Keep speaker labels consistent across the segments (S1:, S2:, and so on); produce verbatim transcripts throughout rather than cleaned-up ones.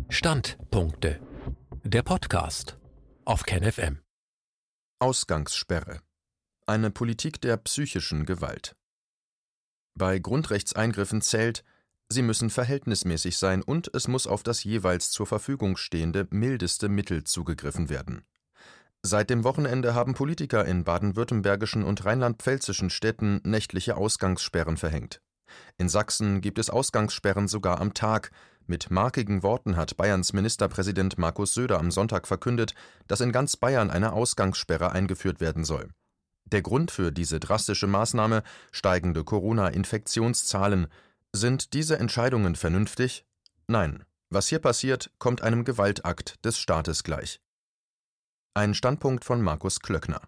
S1: Standpunkte. Der Podcast auf KenFM. M.
S2: Ausgangssperre. Eine Politik der psychischen Gewalt. Bei Grundrechtseingriffen zählt, sie müssen verhältnismäßig sein und es muss auf das jeweils zur Verfügung stehende mildeste Mittel zugegriffen werden. Seit dem Wochenende haben Politiker in baden-württembergischen und rheinland-pfälzischen Städten nächtliche Ausgangssperren verhängt. In Sachsen gibt es Ausgangssperren sogar am Tag. Mit markigen Worten hat Bayerns Ministerpräsident Markus Söder am Sonntag verkündet, dass in ganz Bayern eine Ausgangssperre eingeführt werden soll. Der Grund für diese drastische Maßnahme: steigende Corona-Infektionszahlen. Sind diese Entscheidungen vernünftig? Nein. Was hier passiert, kommt einem Gewaltakt des Staates gleich. Ein Standpunkt von Markus Klöckner.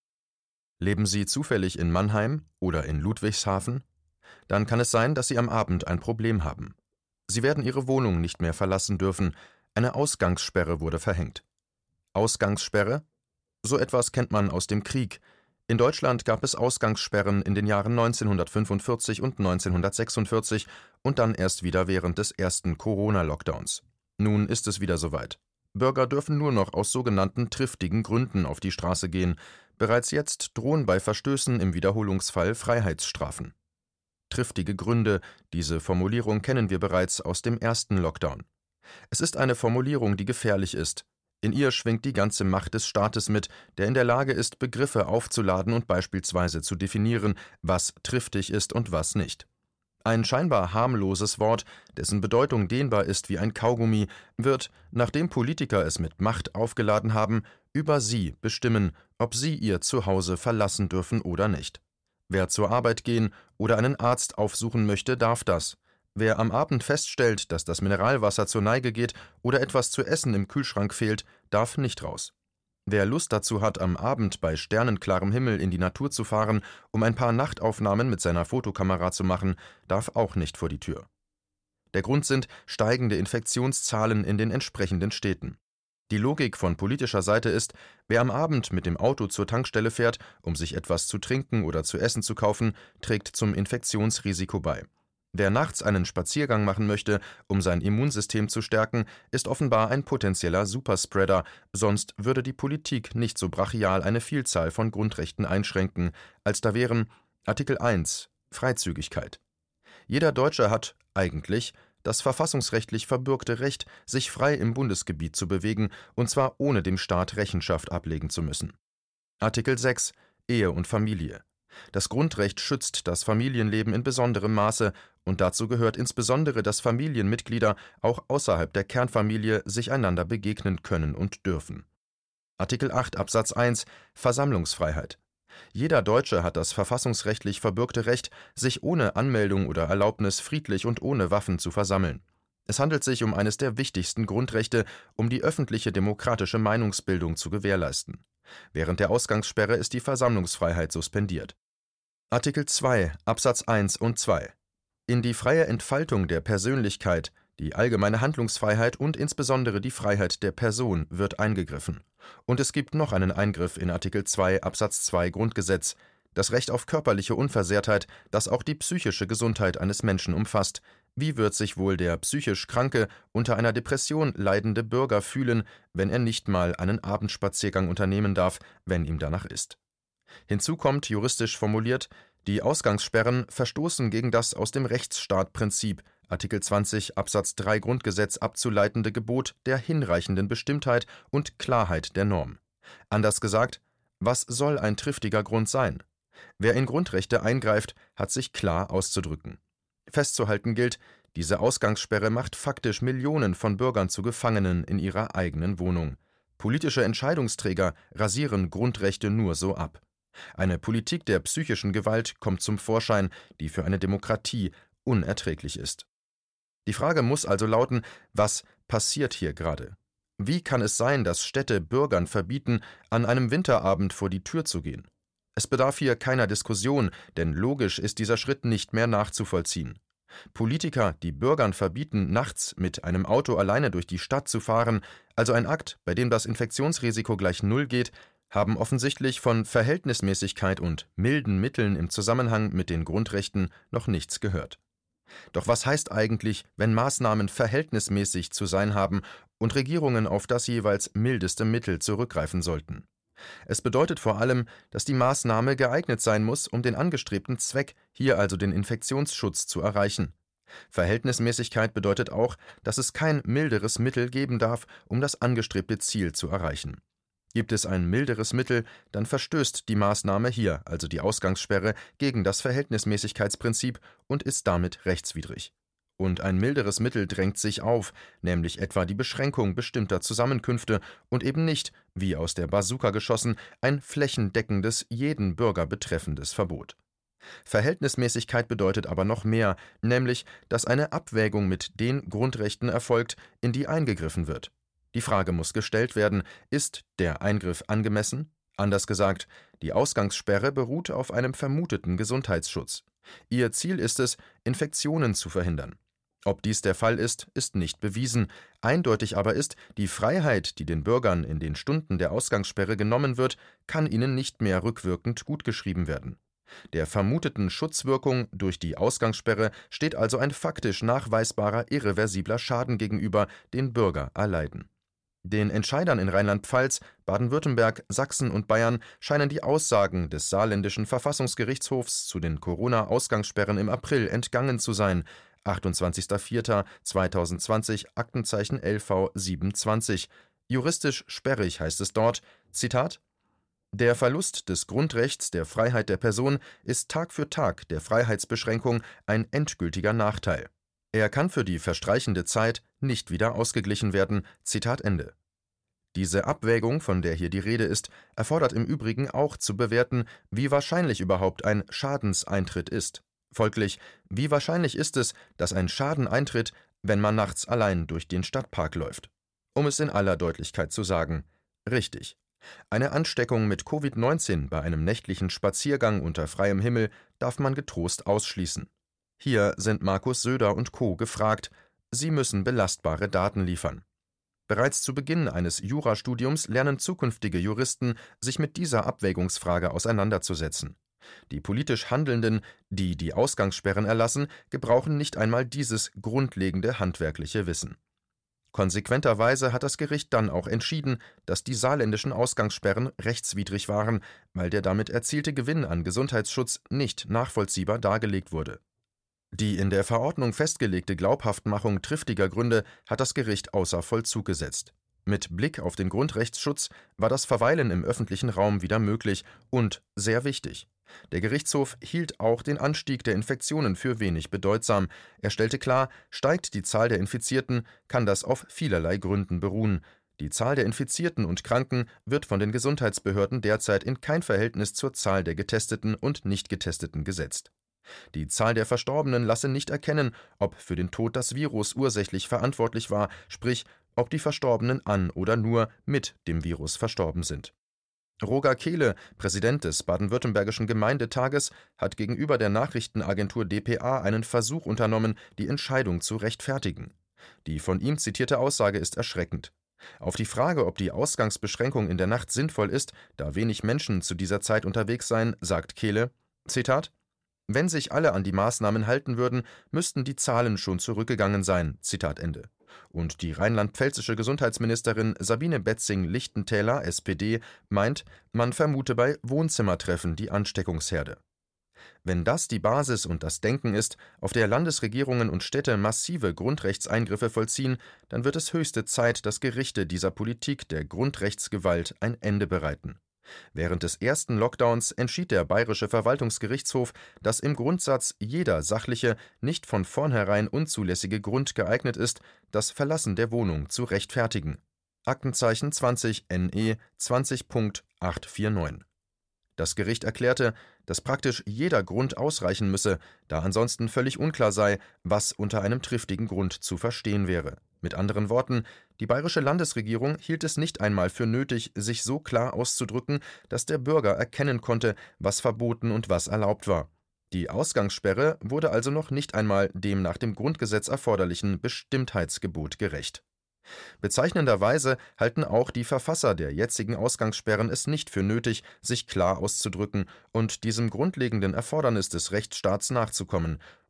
S2: Leben Sie zufällig in Mannheim oder in Ludwigshafen? Dann kann es sein, dass Sie am Abend ein Problem haben. Sie werden Ihre Wohnung nicht mehr verlassen dürfen. Eine Ausgangssperre wurde verhängt. Ausgangssperre? So etwas kennt man aus dem Krieg. In Deutschland gab es Ausgangssperren in den Jahren neunzehnhundertfünfundvierzig und neunzehnhundertsechsundvierzig und dann erst wieder während des ersten Corona-Lockdowns. Nun ist es wieder soweit. Bürger dürfen nur noch aus sogenannten triftigen Gründen auf die Straße gehen. Bereits jetzt drohen bei Verstößen im Wiederholungsfall Freiheitsstrafen. Triftige Gründe, diese Formulierung kennen wir bereits aus dem ersten Lockdown. Es ist eine Formulierung, die gefährlich ist. In ihr schwingt die ganze Macht des Staates mit, der in der Lage ist, Begriffe aufzuladen und beispielsweise zu definieren, was triftig ist und was nicht. Ein scheinbar harmloses Wort, dessen Bedeutung dehnbar ist wie ein Kaugummi, wird, nachdem Politiker es mit Macht aufgeladen haben, über sie bestimmen, ob sie ihr Zuhause verlassen dürfen oder nicht. Wer zur Arbeit gehen oder einen Arzt aufsuchen möchte, darf das. Wer am Abend feststellt, dass das Mineralwasser zur Neige geht oder etwas zu essen im Kühlschrank fehlt, darf nicht raus. Wer Lust dazu hat, am Abend bei sternenklarem Himmel in die Natur zu fahren, um ein paar Nachtaufnahmen mit seiner Fotokamera zu machen, darf auch nicht vor die Tür. Der Grund sind steigende Infektionszahlen in den entsprechenden Städten. Die Logik von politischer Seite ist, wer am Abend mit dem Auto zur Tankstelle fährt, um sich etwas zu trinken oder zu essen zu kaufen, trägt zum Infektionsrisiko bei. Wer nachts einen Spaziergang machen möchte, um sein Immunsystem zu stärken, ist offenbar ein potenzieller Superspreader, sonst würde die Politik nicht so brachial eine Vielzahl von Grundrechten einschränken, als da wären Artikel eins Freizügigkeit. Jeder Deutsche hat, eigentlich, das verfassungsrechtlich verbürgte Recht, sich frei im Bundesgebiet zu bewegen, und zwar ohne dem Staat Rechenschaft ablegen zu müssen. Artikel sechs Ehe und Familie. Das Grundrecht schützt das Familienleben in besonderem Maße, und dazu gehört insbesondere, dass Familienmitglieder auch außerhalb der Kernfamilie sich einander begegnen können und dürfen. Artikel acht Absatz eins Versammlungsfreiheit. Jeder Deutsche hat das verfassungsrechtlich verbürgte Recht, sich ohne Anmeldung oder Erlaubnis friedlich und ohne Waffen zu versammeln. Es handelt sich um eines der wichtigsten Grundrechte, um die öffentliche demokratische Meinungsbildung zu gewährleisten. Während der Ausgangssperre ist die Versammlungsfreiheit suspendiert. Artikel zwei Absatz eins und zwei. In die freie Entfaltung der Persönlichkeit, die allgemeine Handlungsfreiheit und insbesondere die Freiheit der Person wird eingegriffen. Und es gibt noch einen Eingriff in Artikel zwei Absatz zwei Grundgesetz, das Recht auf körperliche Unversehrtheit, das auch die psychische Gesundheit eines Menschen umfasst. Wie wird sich wohl der psychisch kranke, unter einer Depression leidende Bürger fühlen, wenn er nicht mal einen Abendspaziergang unternehmen darf, wenn ihm danach ist? Hinzu kommt, juristisch formuliert, die Ausgangssperren verstoßen gegen das aus dem Rechtsstaatprinzip, Artikel zwanzig Absatz drei Grundgesetz abzuleitende Gebot der hinreichenden Bestimmtheit und Klarheit der Norm. Anders gesagt, was soll ein triftiger Grund sein? Wer in Grundrechte eingreift, hat sich klar auszudrücken. Festzuhalten gilt, diese Ausgangssperre macht faktisch Millionen von Bürgern zu Gefangenen in ihrer eigenen Wohnung. Politische Entscheidungsträger rasieren Grundrechte nur so ab. Eine Politik der psychischen Gewalt kommt zum Vorschein, die für eine Demokratie unerträglich ist. Die Frage muss also lauten, was passiert hier gerade? Wie kann es sein, dass Städte Bürgern verbieten, an einem Winterabend vor die Tür zu gehen? Es bedarf hier keiner Diskussion, denn logisch ist dieser Schritt nicht mehr nachzuvollziehen. Politiker, die Bürgern verbieten, nachts mit einem Auto alleine durch die Stadt zu fahren, also ein Akt, bei dem das Infektionsrisiko gleich null geht, haben offensichtlich von Verhältnismäßigkeit und milden Mitteln im Zusammenhang mit den Grundrechten noch nichts gehört. Doch was heißt eigentlich, wenn Maßnahmen verhältnismäßig zu sein haben und Regierungen auf das jeweils mildeste Mittel zurückgreifen sollten? Es bedeutet vor allem, dass die Maßnahme geeignet sein muss, um den angestrebten Zweck, hier also den Infektionsschutz, zu erreichen. Verhältnismäßigkeit bedeutet auch, dass es kein milderes Mittel geben darf, um das angestrebte Ziel zu erreichen. Gibt es ein milderes Mittel, dann verstößt die Maßnahme hier, also die Ausgangssperre, gegen das Verhältnismäßigkeitsprinzip und ist damit rechtswidrig. Und ein milderes Mittel drängt sich auf, nämlich etwa die Beschränkung bestimmter Zusammenkünfte und eben nicht, wie aus der Bazooka geschossen, ein flächendeckendes, jeden Bürger betreffendes Verbot. Verhältnismäßigkeit bedeutet aber noch mehr, nämlich, dass eine Abwägung mit den Grundrechten erfolgt, in die eingegriffen wird. Die Frage muss gestellt werden, ist der Eingriff angemessen? Anders gesagt, die Ausgangssperre beruht auf einem vermuteten Gesundheitsschutz. Ihr Ziel ist es, Infektionen zu verhindern. Ob dies der Fall ist, ist nicht bewiesen. Eindeutig aber ist, die Freiheit, die den Bürgern in den Stunden der Ausgangssperre genommen wird, kann ihnen nicht mehr rückwirkend gutgeschrieben werden. Der vermuteten Schutzwirkung durch die Ausgangssperre steht also ein faktisch nachweisbarer, irreversibler Schaden gegenüber, den Bürger erleiden. Den Entscheidern in Rheinland-Pfalz, Baden-Württemberg, Sachsen und Bayern scheinen die Aussagen des saarländischen Verfassungsgerichtshofs zu den Corona-Ausgangssperren im April entgangen zu sein. achtundzwanzigster vierter zweitausendzwanzig, Aktenzeichen L V siebenundzwanzig. Juristisch sperrig heißt es dort, Zitat: Der Verlust des Grundrechts der Freiheit der Person ist Tag für Tag der Freiheitsbeschränkung ein endgültiger Nachteil. Er kann für die verstreichende Zeit nicht wieder ausgeglichen werden. Zitat Ende. Diese Abwägung, von der hier die Rede ist, erfordert im Übrigen auch zu bewerten, wie wahrscheinlich überhaupt ein Schadenseintritt ist. Folglich, wie wahrscheinlich ist es, dass ein Schaden eintritt, wenn man nachts allein durch den Stadtpark läuft? Um es in aller Deutlichkeit zu sagen, richtig. Eine Ansteckung mit Covid neunzehn bei einem nächtlichen Spaziergang unter freiem Himmel darf man getrost ausschließen. Hier sind Markus Söder und Co. gefragt, sie müssen belastbare Daten liefern. Bereits zu Beginn eines Jurastudiums lernen zukünftige Juristen, sich mit dieser Abwägungsfrage auseinanderzusetzen. Die politisch Handelnden, die die Ausgangssperren erlassen, gebrauchen nicht einmal dieses grundlegende handwerkliche Wissen. Konsequenterweise hat das Gericht dann auch entschieden, dass die saarländischen Ausgangssperren rechtswidrig waren, weil der damit erzielte Gewinn an Gesundheitsschutz nicht nachvollziehbar dargelegt wurde. Die in der Verordnung festgelegte Glaubhaftmachung triftiger Gründe hat das Gericht außer Vollzug gesetzt. Mit Blick auf den Grundrechtsschutz war das Verweilen im öffentlichen Raum wieder möglich und sehr wichtig. Der Gerichtshof hielt auch den Anstieg der Infektionen für wenig bedeutsam. Er stellte klar, steigt die Zahl der Infizierten, kann das auf vielerlei Gründen beruhen. Die Zahl der Infizierten und Kranken wird von den Gesundheitsbehörden derzeit in kein Verhältnis zur Zahl der Getesteten und Nicht-Getesteten gesetzt. Die Zahl der Verstorbenen lasse nicht erkennen, ob für den Tod das Virus ursächlich verantwortlich war, sprich, ob die Verstorbenen an oder nur mit dem Virus verstorben sind. Roger Kehle, Präsident des baden-württembergischen Gemeindetages, hat gegenüber der Nachrichtenagentur d p a einen Versuch unternommen, die Entscheidung zu rechtfertigen. Die von ihm zitierte Aussage ist erschreckend. Auf die Frage, ob die Ausgangsbeschränkung in der Nacht sinnvoll ist, da wenig Menschen zu dieser Zeit unterwegs seien, sagt Kehle, Zitat: Wenn sich alle an die Maßnahmen halten würden, müssten die Zahlen schon zurückgegangen sein. Zitat Ende. Und die rheinland-pfälzische Gesundheitsministerin Sabine Betzing-Lichtentäler, S P D, meint, man vermute bei Wohnzimmertreffen die Ansteckungsherde. Wenn das die Basis und das Denken ist, auf der Landesregierungen und Städte massive Grundrechtseingriffe vollziehen, dann wird es höchste Zeit, dass Gerichte dieser Politik der Grundrechtsgewalt ein Ende bereiten. Während des ersten Lockdowns entschied der Bayerische Verwaltungsgerichtshof, dass im Grundsatz jeder sachliche, nicht von vornherein unzulässige Grund geeignet ist, das Verlassen der Wohnung zu rechtfertigen. Aktenzeichen zwanzig N E zwanzig Punkt achthundertneunundvierzig. Das Gericht erklärte, dass praktisch jeder Grund ausreichen müsse, da ansonsten völlig unklar sei, was unter einem triftigen Grund zu verstehen wäre. Mit anderen Worten, die bayerische Landesregierung hielt es nicht einmal für nötig, sich so klar auszudrücken, dass der Bürger erkennen konnte, was verboten und was erlaubt war. Die Ausgangssperre wurde also noch nicht einmal dem nach dem Grundgesetz erforderlichen Bestimmtheitsgebot gerecht. Bezeichnenderweise halten auch die Verfasser der jetzigen Ausgangssperren es nicht für nötig, sich klar auszudrücken und diesem grundlegenden Erfordernis des Rechtsstaats nachzukommen.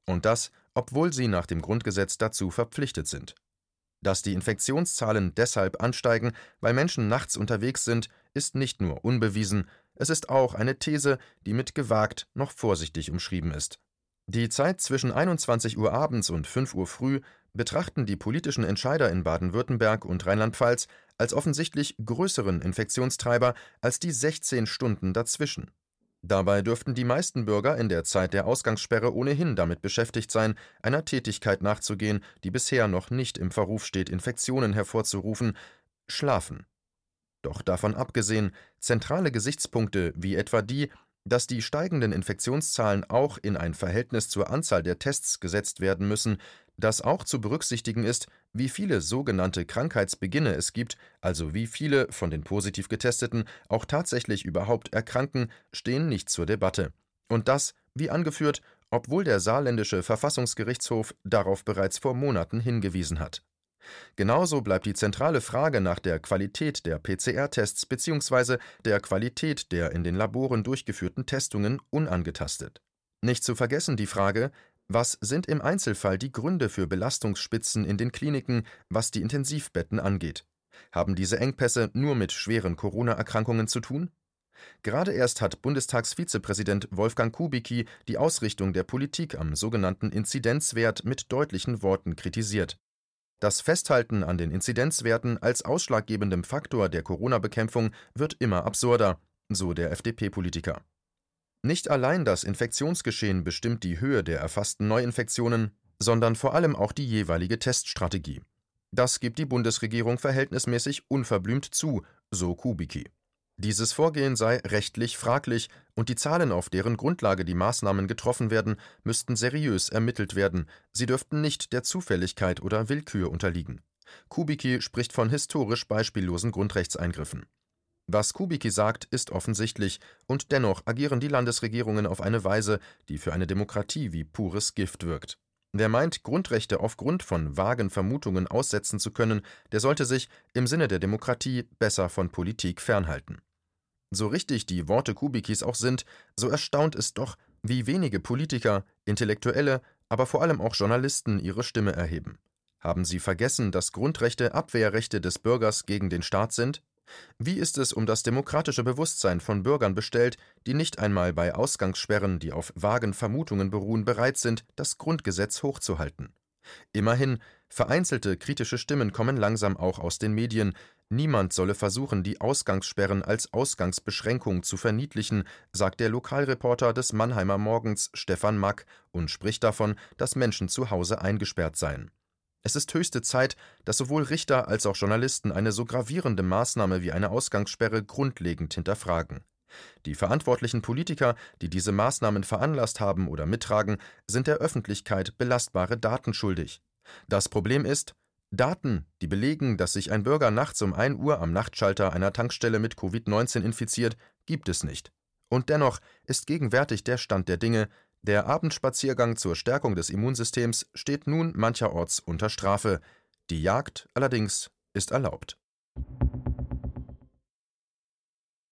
S2: Und das, obwohl sie nach dem Grundgesetz dazu verpflichtet sind. Dass die Infektionszahlen deshalb ansteigen, weil Menschen nachts unterwegs sind, ist nicht nur unbewiesen, es ist auch eine These, die mit gewagt noch vorsichtig umschrieben ist. Die Zeit zwischen einundzwanzig Uhr abends und fünf Uhr früh betrachten die politischen Entscheider in Baden-Württemberg und Rheinland-Pfalz als offensichtlich größeren Infektionstreiber als die sechzehn Stunden dazwischen. Dabei dürften die meisten Bürger in der Zeit der Ausgangssperre ohnehin damit beschäftigt sein, einer Tätigkeit nachzugehen, die bisher noch nicht im Verruf steht, Infektionen hervorzurufen: Schlafen. Doch davon abgesehen, zentrale Gesichtspunkte wie etwa die, dass die steigenden Infektionszahlen auch in ein Verhältnis zur Anzahl der Tests gesetzt werden müssen, dass auch zu berücksichtigen ist, wie viele sogenannte Krankheitsbeginne es gibt, also wie viele von den positiv Getesteten auch tatsächlich überhaupt erkranken, stehen nicht zur Debatte. Und das, wie angeführt, obwohl der saarländische Verfassungsgerichtshof darauf bereits vor Monaten hingewiesen hat. Genauso bleibt die zentrale Frage nach der Qualität der P C R-Tests bzw. der Qualität der in den Laboren durchgeführten Testungen unangetastet. Nicht zu vergessen die Frage: Was sind im Einzelfall die Gründe für Belastungsspitzen in den Kliniken, was die Intensivbetten angeht? Haben diese Engpässe nur mit schweren Corona-Erkrankungen zu tun? Gerade erst hat Bundestagsvizepräsident Wolfgang Kubicki die Ausrichtung der Politik am sogenannten Inzidenzwert mit deutlichen Worten kritisiert. Das Festhalten an den Inzidenzwerten als ausschlaggebendem Faktor der Corona-Bekämpfung wird immer absurder, so der F D P-Politiker. Nicht allein das Infektionsgeschehen bestimmt die Höhe der erfassten Neuinfektionen, sondern vor allem auch die jeweilige Teststrategie. Das gibt die Bundesregierung verhältnismäßig unverblümt zu, so Kubicki. Dieses Vorgehen sei rechtlich fraglich und die Zahlen, auf deren Grundlage die Maßnahmen getroffen werden, müssten seriös ermittelt werden, sie dürften nicht der Zufälligkeit oder Willkür unterliegen. Kubicki spricht von historisch beispiellosen Grundrechtseingriffen. Was Kubicki sagt, ist offensichtlich, und dennoch agieren die Landesregierungen auf eine Weise, die für eine Demokratie wie pures Gift wirkt. Wer meint, Grundrechte aufgrund von vagen Vermutungen aussetzen zu können, der sollte sich im Sinne der Demokratie besser von Politik fernhalten. So richtig die Worte Kubickis auch sind, so erstaunt es doch, wie wenige Politiker, Intellektuelle, aber vor allem auch Journalisten ihre Stimme erheben. Haben sie vergessen, dass Grundrechte Abwehrrechte des Bürgers gegen den Staat sind? Wie ist es um das demokratische Bewusstsein von Bürgern bestellt, die nicht einmal bei Ausgangssperren, die auf vagen Vermutungen beruhen, bereit sind, das Grundgesetz hochzuhalten? Immerhin, vereinzelte kritische Stimmen kommen langsam auch aus den Medien. Niemand solle versuchen, die Ausgangssperren als Ausgangsbeschränkung zu verniedlichen, sagt der Lokalreporter des Mannheimer Morgens Stefan Mack und spricht davon, dass Menschen zu Hause eingesperrt seien. Es ist höchste Zeit, dass sowohl Richter als auch Journalisten eine so gravierende Maßnahme wie eine Ausgangssperre grundlegend hinterfragen. Die verantwortlichen Politiker, die diese Maßnahmen veranlasst haben oder mittragen, sind der Öffentlichkeit belastbare Daten schuldig. Das Problem ist: Daten, die belegen, dass sich ein Bürger nachts um ein Uhr am Nachtschalter einer Tankstelle mit Covid neunzehn infiziert, gibt es nicht. Und dennoch ist gegenwärtig der Stand der Dinge: Der Abendspaziergang zur Stärkung des Immunsystems steht nun mancherorts unter Strafe. Die Jagd allerdings ist erlaubt.